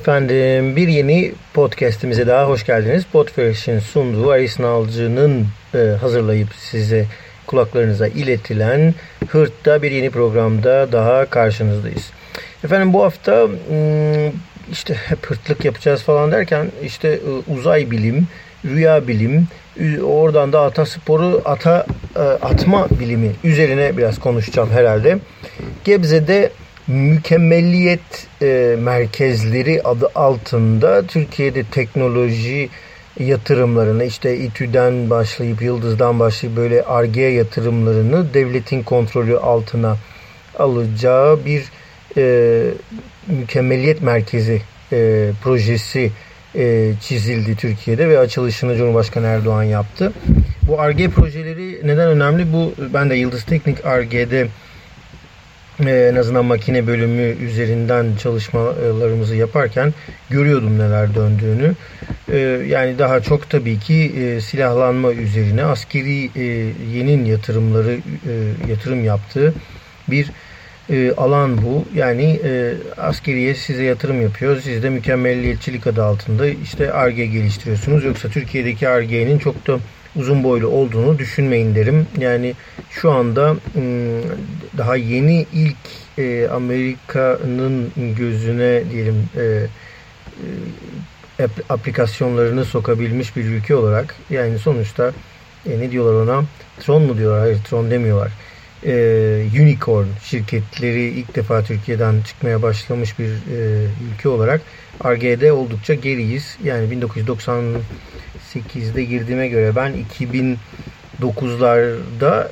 Efendim, bir yeni podcast'imize daha hoş geldiniz. Podfresh'in sunduğu Aris Nalcı'nın hazırlayıp size kulaklarınıza iletilen Hırt'ta bir yeni programda daha karşınızdayız. Efendim, bu hafta işte hep hırtlık yapacağız falan derken işte uzay bilim, rüya bilim, oradan da atasporu atma bilimi üzerine biraz konuşacağım herhalde. Gebze'de Mükemmelliyet Merkezleri adı altında Türkiye'de teknoloji yatırımlarını, işte İTÜ'den başlayıp Yıldız'dan başlayıp böyle Ar-Ge yatırımlarını devletin kontrolü altına alacağı bir mükemmelliyet merkezi projesi çizildi Türkiye'de ve açılışını Cumhurbaşkanı Erdoğan yaptı. Bu Ar-Ge projeleri neden önemli? Ben de Yıldız Teknik Ar-Ge'de en azından makine bölümü üzerinden çalışmalarımızı yaparken görüyordum neler döndüğünü. Yani daha çok tabii ki silahlanma üzerine askeriyenin yatırım yaptığı bir alan bu. Yani askeriye size yatırım yapıyor. Siz de mükemmelliyetçilik adı altında işte Ar-Ge geliştiriyorsunuz. Yoksa Türkiye'deki Ar-Ge'nin çok da uzun boylu olduğunu düşünmeyin derim. Yani şu anda daha yeni ilk Amerika'nın gözüne diyelim aplikasyonlarını sokabilmiş bir ülke olarak, yani sonuçta ne diyorlar ona? Tron mu diyorlar? Hayır, Tron demiyorlar. Unicorn şirketleri ilk defa Türkiye'den çıkmaya başlamış bir ülke olarak Ar-Ge'de oldukça geriyiz. Yani 1998'de girdiğime göre ben 2009'larda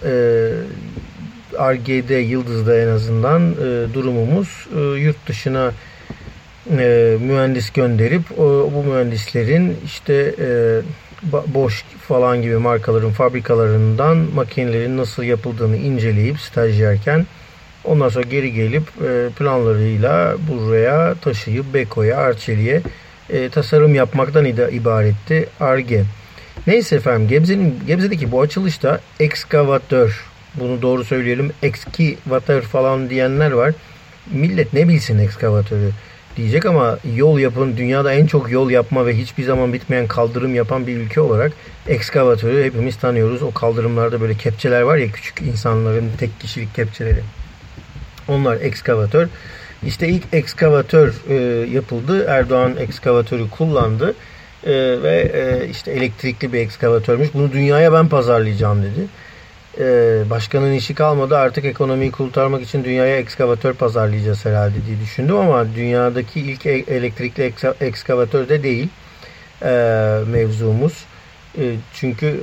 Ar-Ge'de, Yıldız'da en azından durumumuz yurt dışına mühendis gönderip bu mühendislerin işte Bosch falan gibi markaların fabrikalarından makinelerin nasıl yapıldığını inceleyip stajyerken ondan sonra geri gelip planlarıyla buraya taşıyıp Beko'ya, Arçelik'e tasarım yapmaktan ibaretti Ar-Ge. Neyse efendim, Gebze'deki bu açılışta ekskavatör, bunu doğru söyleyelim, ekskivatör falan diyenler var. Millet ne bilsin ekskavatörü diyecek ama yol yapın, dünyada en çok yol yapma ve hiçbir zaman bitmeyen kaldırım yapan bir ülke olarak ekskavatörü hepimiz tanıyoruz. O kaldırımlarda böyle kepçeler var ya, küçük insanların tek kişilik kepçeleri. Onlar ekskavatör. İşte ilk ekskavatör yapıldı. Erdoğan ekskavatörü kullandı. Ve işte elektrikli bir ekskavatörmüş. Bunu dünyaya ben pazarlayacağım dedi. Başkanın işi kalmadı, artık ekonomiyi kurtarmak için dünyaya ekskavatör pazarlayacağız herhalde diye düşündüm ama dünyadaki ilk elektrikli ekskavatör de değil mevzumuz. Çünkü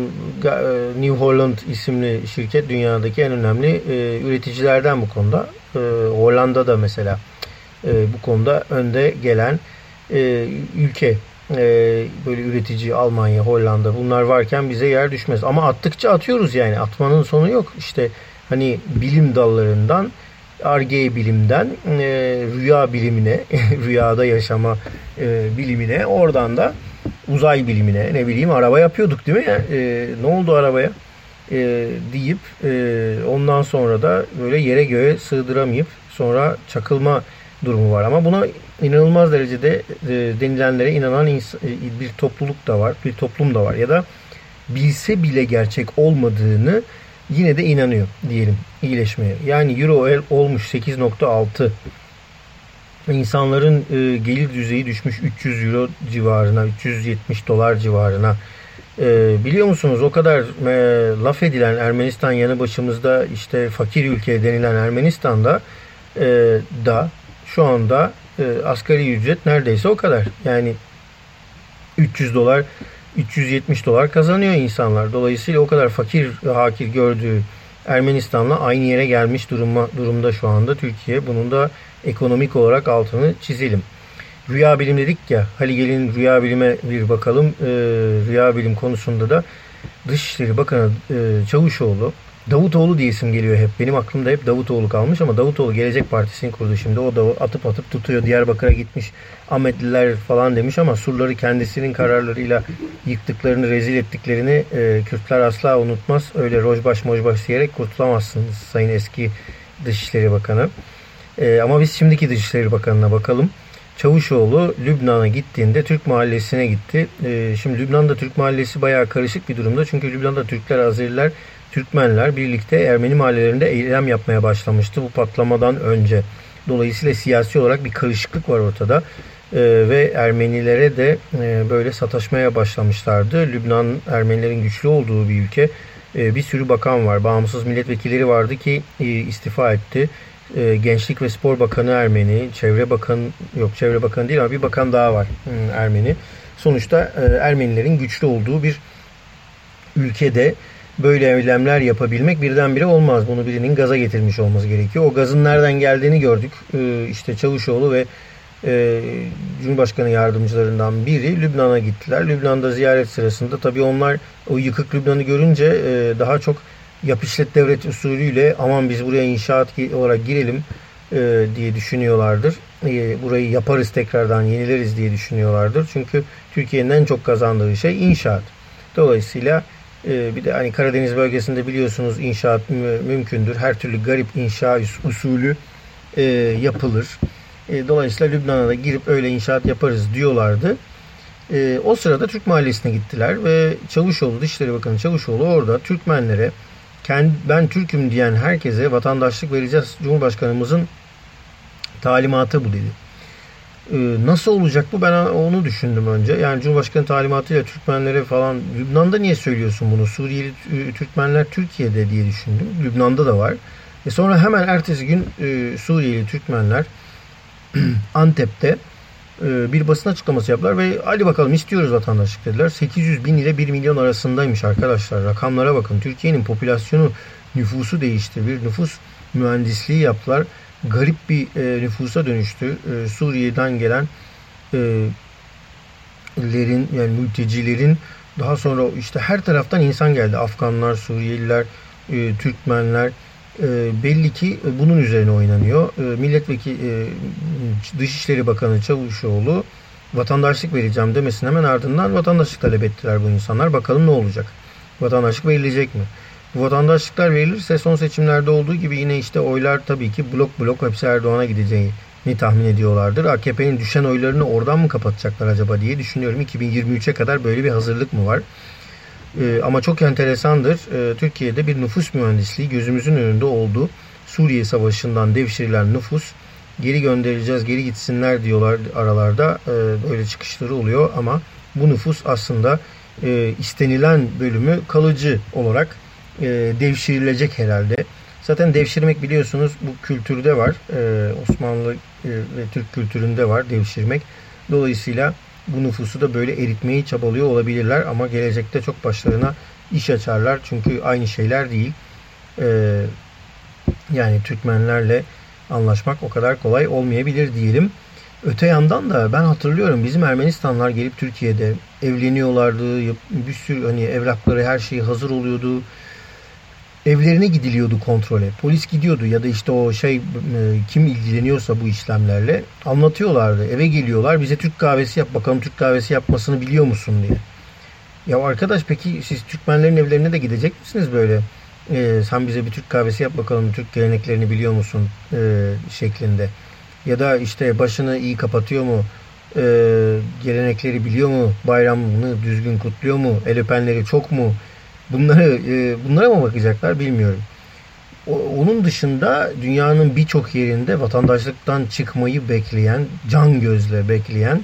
New Holland isimli şirket dünyadaki en önemli üreticilerden bu konuda. Hollanda'da mesela bu konuda önde gelen ülke. Böyle üretici Almanya, Hollanda, bunlar varken bize yer düşmez. Ama attıkça atıyoruz, yani atmanın sonu yok. İşte hani bilim dallarından Ar-Ge bilimden rüya bilimine, rüyada yaşama bilimine, oradan da uzay bilimine, ne bileyim, araba yapıyorduk değil mi? Ne oldu arabaya? Deyip ondan sonra da böyle yere göğe sığdıramayıp sonra çakılma durumu var. Ama buna inanılmaz derecede denilenlere inanan bir topluluk da var, bir toplum da var. Ya da bilse bile gerçek olmadığını yine de inanıyor diyelim iyileşmeye. Yani Euro olmuş 8.6. İnsanların gelir düzeyi düşmüş 300 euro civarına, 370 dolar civarına. Biliyor musunuz, o kadar laf edilen Ermenistan yanı başımızda, işte fakir ülke denilen Ermenistan'da da şu anda asgari ücret neredeyse o kadar. Yani 300 dolar, 370 dolar kazanıyor insanlar. Dolayısıyla o kadar fakir ve hakir gördüğü Ermenistan'la aynı yere gelmiş durumda şu anda Türkiye. Bunun da ekonomik olarak altını çizelim. Rüya bilim dedik ya. Hadi gelin rüya bilime bir bakalım. Rüya bilim konusunda da Dışişleri Bakanı Çavuşoğlu, Davutoğlu diye isim geliyor hep. Benim aklımda hep Davutoğlu kalmış ama Davutoğlu Gelecek Partisi'ni kurdu şimdi. O da atıp tutuyor. Diyarbakır'a gitmiş, Ahmetliler falan demiş ama surları kendisinin kararlarıyla yıktıklarını, rezil ettiklerini Kürtler asla unutmaz. Öyle rojbaş mojbaş diyerek kurtulamazsınız Sayın eski Dışişleri Bakanı. Ama biz şimdiki Dışişleri Bakanı'na bakalım. Çavuşoğlu Lübnan'a gittiğinde Türk mahallesine gitti. Şimdi Lübnan'da Türk mahallesi bayağı karışık bir durumda. Çünkü Lübnan'da Türkler, Azeriler, Türkmenler birlikte Ermeni mahallelerinde eylem yapmaya başlamıştı bu patlamadan önce. Dolayısıyla siyasi olarak bir karışıklık var ortada. Ve Ermenilere de böyle sataşmaya başlamışlardı. Lübnan Ermenilerin güçlü olduğu bir ülke. Bir sürü bakan var. Bağımsız milletvekilleri vardı ki istifa etti. Gençlik ve Spor Bakanı Ermeni, Çevre Bakanı değil ama bir bakan daha var Ermeni. Sonuçta Ermenilerin güçlü olduğu bir ülkede böyle eylemler yapabilmek birdenbire olmaz. Bunu birinin gaza getirmiş olması gerekiyor. O gazın nereden geldiğini gördük. İşte Çavuşoğlu ve Cumhurbaşkanı yardımcılarından biri Lübnan'a gittiler. Lübnan'da ziyaret sırasında tabii onlar o yıkık Lübnan'ı görünce daha çok yap işlet devlet usulüyle aman biz buraya inşaat olarak girelim diye düşünüyorlardır. Burayı yaparız tekrardan yenileriz diye düşünüyorlardır. Çünkü Türkiye'nin en çok kazandığı şey inşaat. Dolayısıyla bir de hani Karadeniz bölgesinde biliyorsunuz inşaat mümkündür. Her türlü garip inşa usulü yapılır. Dolayısıyla Lübnan'a da girip öyle inşaat yaparız diyorlardı. O sırada Türk mahallesine gittiler ve Çavuşoğlu, Dışişleri Bakanı Çavuşoğlu orada Türkmenlere ben Türk'üm diyen herkese vatandaşlık vereceğiz. Cumhurbaşkanımızın talimatı bu dedi. Nasıl olacak bu? Ben onu düşündüm önce. Yani Cumhurbaşkanı talimatıyla Türkmenlere falan Lübnan'da niye söylüyorsun bunu? Suriyeli Türkmenler Türkiye'de diye düşündüm. Lübnan'da da var. Sonra hemen ertesi gün Suriyeli Türkmenler Antep'te bir basın açıklaması yaptılar ve hadi bakalım istiyoruz vatandaşlık dediler. 800 bin ile 1 milyon arasındaymış arkadaşlar. Rakamlara bakın. Türkiye'nin popülasyonu, nüfusu değişti. Bir nüfus mühendisliği yaptılar. Garip bir nüfusa dönüştü. Suriye'den gelen yani mültecilerin, daha sonra işte her taraftan insan geldi. Afganlar, Suriyeliler, Türkmenler. Belli ki bunun üzerine oynanıyor. Dışişleri Bakanı Çavuşoğlu vatandaşlık vereceğim demesinin hemen ardından vatandaşlık talep ettiler bu insanlar. Bakalım ne olacak? Vatandaşlık verilecek mi? Bu vatandaşlıklar verilirse son seçimlerde olduğu gibi yine işte oylar tabii ki blok blok hepsi Erdoğan'a gideceğini tahmin ediyorlardır. AKP'nin düşen oylarını oradan mı kapatacaklar acaba diye düşünüyorum. 2023'e kadar böyle bir hazırlık mı var? Ama çok enteresandır. Türkiye'de bir nüfus mühendisliği gözümüzün önünde oldu. Suriye Savaşı'ndan devşirilen nüfus geri göndereceğiz, geri gitsinler diyorlar aralarda. Böyle çıkışları oluyor ama bu nüfus aslında istenilen bölümü kalıcı olarak devşirilecek herhalde. Zaten devşirmek biliyorsunuz bu kültürde var. Osmanlı ve Türk kültüründe var devşirmek. Dolayısıyla bu nüfusu da böyle eritmeyi çabalıyor olabilirler ama gelecekte çok başlarına iş açarlar. Çünkü aynı şeyler değil. Yani Türkmenlerle anlaşmak o kadar kolay olmayabilir diyelim. Öte yandan da ben hatırlıyorum bizim Ermenistanlar gelip Türkiye'de evleniyorlardı. Bir sürü hani evrakları her şeyi hazır oluyordu. Evlerine gidiliyordu kontrole. Polis gidiyordu ya da işte o kim ilgileniyorsa bu işlemlerle anlatıyorlardı. Eve geliyorlar bize Türk kahvesi yap bakalım Türk kahvesi yapmasını biliyor musun diye. Ya arkadaş peki siz Türkmenlerin evlerine de gidecek misiniz böyle? Sen bize bir Türk kahvesi yap bakalım Türk geleneklerini biliyor musun şeklinde. Ya da işte başını iyi kapatıyor mu? Gelenekleri biliyor mu? Bayramını düzgün kutluyor mu? El öpenleri çok mu? Bunlara mı bakacaklar bilmiyorum. Onun dışında dünyanın birçok yerinde vatandaşlıktan çıkmayı bekleyen, can gözle bekleyen,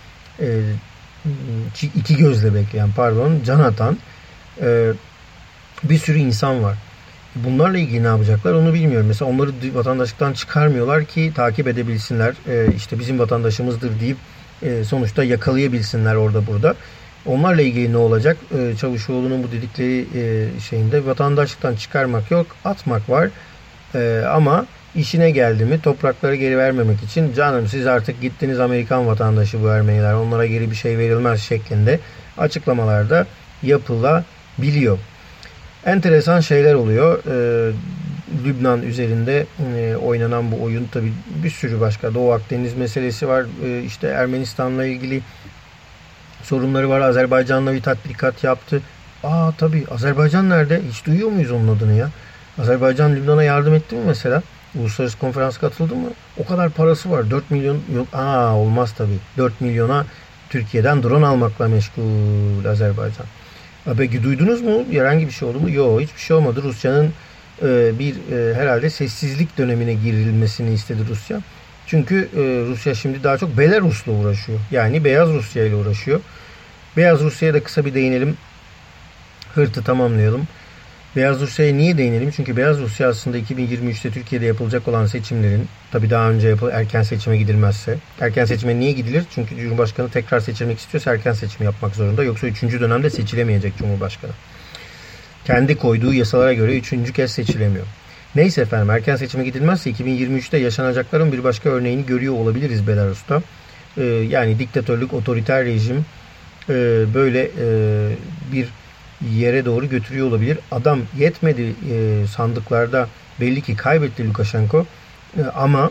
iki gözle bekleyen can atan bir sürü insan var. Bunlarla ilgili ne yapacaklar onu bilmiyorum. Mesela onları vatandaşlıktan çıkarmıyorlar ki takip edebilsinler. İşte bizim vatandaşımızdır deyip sonuçta yakalayabilsinler orada burada. Onlarla ilgili ne olacak? Çavuşoğlu'nun bu dedikleri şeyinde vatandaşlıktan çıkarmak yok, atmak var. Ama işine geldi mi toprakları geri vermemek için canım siz artık gittiniz Amerikan vatandaşı bu Ermeniler onlara geri bir şey verilmez şeklinde açıklamalarda yapılabiliyor. Enteresan şeyler oluyor. Lübnan üzerinde oynanan bu oyun tabii bir sürü başka Doğu Akdeniz meselesi var. İşte Ermenistan'la ilgili sorunları var. Azerbaycan'la bir tatbikat yaptı. Tabii Azerbaycan nerede? Hiç duyuyor muyuz onun adını ya? Azerbaycan Lübnan'a yardım etti mi mesela? Uluslararası konferans katıldı mı? O kadar parası var. 4 milyon yok. Olmaz tabii. 4 milyona Türkiye'den drone almakla meşgul Azerbaycan. Peki duydunuz mu? Herhangi bir şey oldu mu? Yok, hiçbir şey olmadı. Rusya'nın herhalde sessizlik dönemine girilmesini istedi Rusya. Çünkü Rusya şimdi daha çok Belarus'la uğraşıyor. Yani Beyaz Rusya ile uğraşıyor. Beyaz Rusya'ya da kısa bir değinelim. Hırtı tamamlayalım. Beyaz Rusya'ya niye değinelim? Çünkü Beyaz Rusya aslında 2023'te Türkiye'de yapılacak olan seçimlerin, tabii daha önce erken seçime gidilmezse, erken seçime niye gidilir? Çünkü Cumhurbaşkanı tekrar seçilmek istiyorsa erken seçim yapmak zorunda. Yoksa 3. dönemde seçilemeyecek Cumhurbaşkanı. Kendi koyduğu yasalara göre 3. kez seçilemiyor. Neyse efendim, erken seçime gidilmezse 2023'te yaşanacakların bir başka örneğini görüyor olabiliriz Belarus'ta. Yani diktatörlük, otoriter rejim böyle bir yere doğru götürüyor olabilir. Adam yetmedi, sandıklarda belli ki kaybetti Lukashenko, ama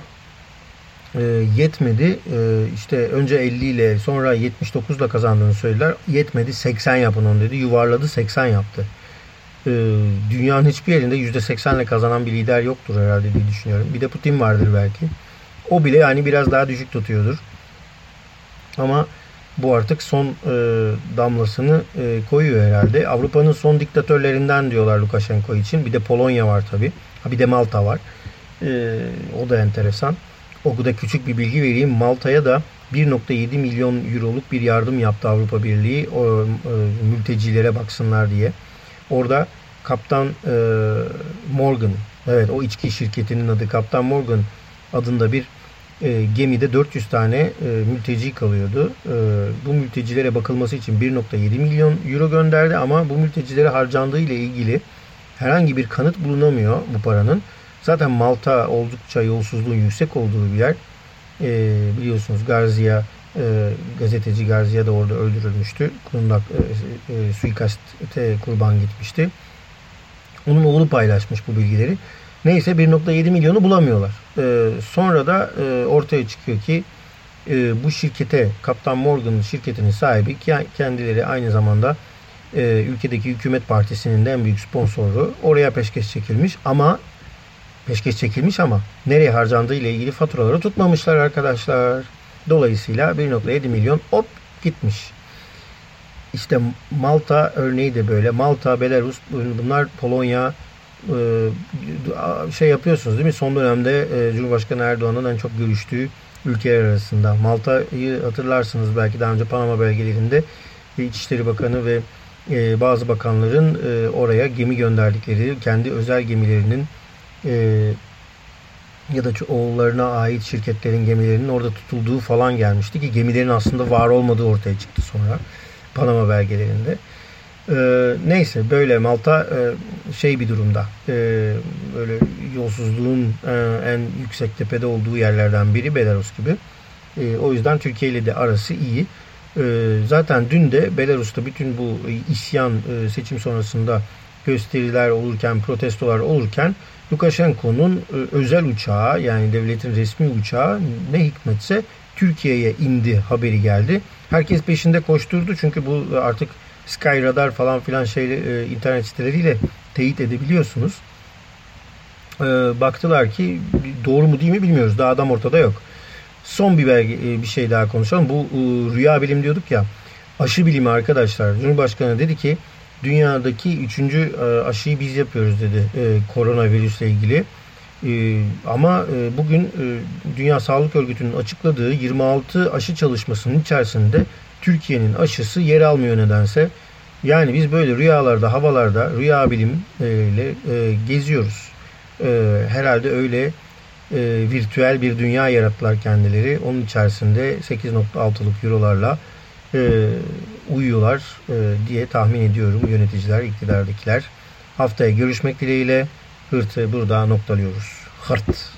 yetmedi. İşte önce 50 ile sonra 79 ile kazandığını söylediler. Yetmedi, 80 yapın onu dedi. Yuvarladı, 80 yaptı. Dünyanın hiçbir yerinde %80 ile kazanan bir lider yoktur herhalde diye düşünüyorum. Bir de Putin vardır belki. O bile yani biraz daha düşük tutuyordur. Ama bu artık son damlasını koyuyor herhalde. Avrupa'nın son diktatörlerinden diyorlar Lukashenko için. Bir de Polonya var tabii. Bir de Malta var. O da enteresan. O da küçük bir bilgi vereyim. Malta'ya da 1.7 milyon euroluk bir yardım yaptı Avrupa Birliği. Mültecilere baksınlar diye. Orada Kaptan Morgan, evet, o içki şirketinin adı Kaptan Morgan adında bir gemide 400 tane mülteci kalıyordu. Bu mültecilere bakılması için 1.7 milyon euro gönderdi ama bu mültecilere harcandığı ile ilgili herhangi bir kanıt bulunamıyor bu paranın. Zaten Malta oldukça yolsuzluğun yüksek olduğu bir yer. Biliyorsunuz Garzia, gazeteci Garzia da orada öldürülmüştü. Kundak suikaste kurban gitmişti. Onun oğlu paylaşmış bu bilgileri. Neyse 1.7 milyonu bulamıyorlar. Sonra da ortaya çıkıyor ki bu şirkete, Kaptan Morgan şirketinin sahibi, kendileri aynı zamanda ülkedeki hükümet partisinin de en büyük sponsoru, oraya peşkeş çekilmiş ama nereye harcandığı ile ilgili faturaları tutmamışlar arkadaşlar. Dolayısıyla 1.7 milyon hop gitmiş. İşte Malta örneği de böyle. Malta, Belarus, bunlar, Polonya, şey yapıyorsunuz değil mi? Son dönemde Cumhurbaşkanı Erdoğan'ın en çok görüştüğü ülkeler arasında. Malta'yı hatırlarsınız belki, daha önce Panama belgelerinde İçişleri Bakanı ve bazı bakanların oraya gemi gönderdikleri, kendi özel gemilerinin ya da oğullarına ait şirketlerin gemilerinin orada tutulduğu falan gelmişti ki gemilerin aslında var olmadığı ortaya çıktı sonra Panama belgelerinde. Neyse, böyle Malta bir durumda, böyle yolsuzluğun en yüksek tepede olduğu yerlerden biri, Belarus gibi. O yüzden Türkiye ile de arası iyi. Zaten dün de Belarus'ta bütün bu isyan, seçim sonrasında gösteriler olurken, protestolar olurken Lukashenko'nun özel uçağı, yani devletin resmi uçağı ne hikmetse Türkiye'ye indi haberi geldi. Herkes peşinde koşturdu çünkü bu artık Sky Radar falan filan internet siteleriyle teyit edebiliyorsunuz. Baktılar ki doğru mu değil mi bilmiyoruz. Daha adam ortada yok. Son bir şey daha konuşalım. Bu rüya bilim diyorduk ya. Aşı bilimi arkadaşlar. Cumhurbaşkanı dedi ki dünyadaki 3. aşıyı biz yapıyoruz dedi koronavirüsle ilgili. Ama bugün Dünya Sağlık Örgütü'nün açıkladığı 26 aşı çalışmasının içerisinde Türkiye'nin aşısı yer almıyor nedense. Yani biz böyle rüyalarda, havalarda rüya bilimle geziyoruz. Herhalde öyle virtüel bir dünya yarattılar kendileri. Onun içerisinde 8.6'lık eurolarla uyuyorlar diye tahmin ediyorum yöneticiler, iktidardakiler. Haftaya görüşmek dileğiyle. Hırtı burada noktalıyoruz. Hırt.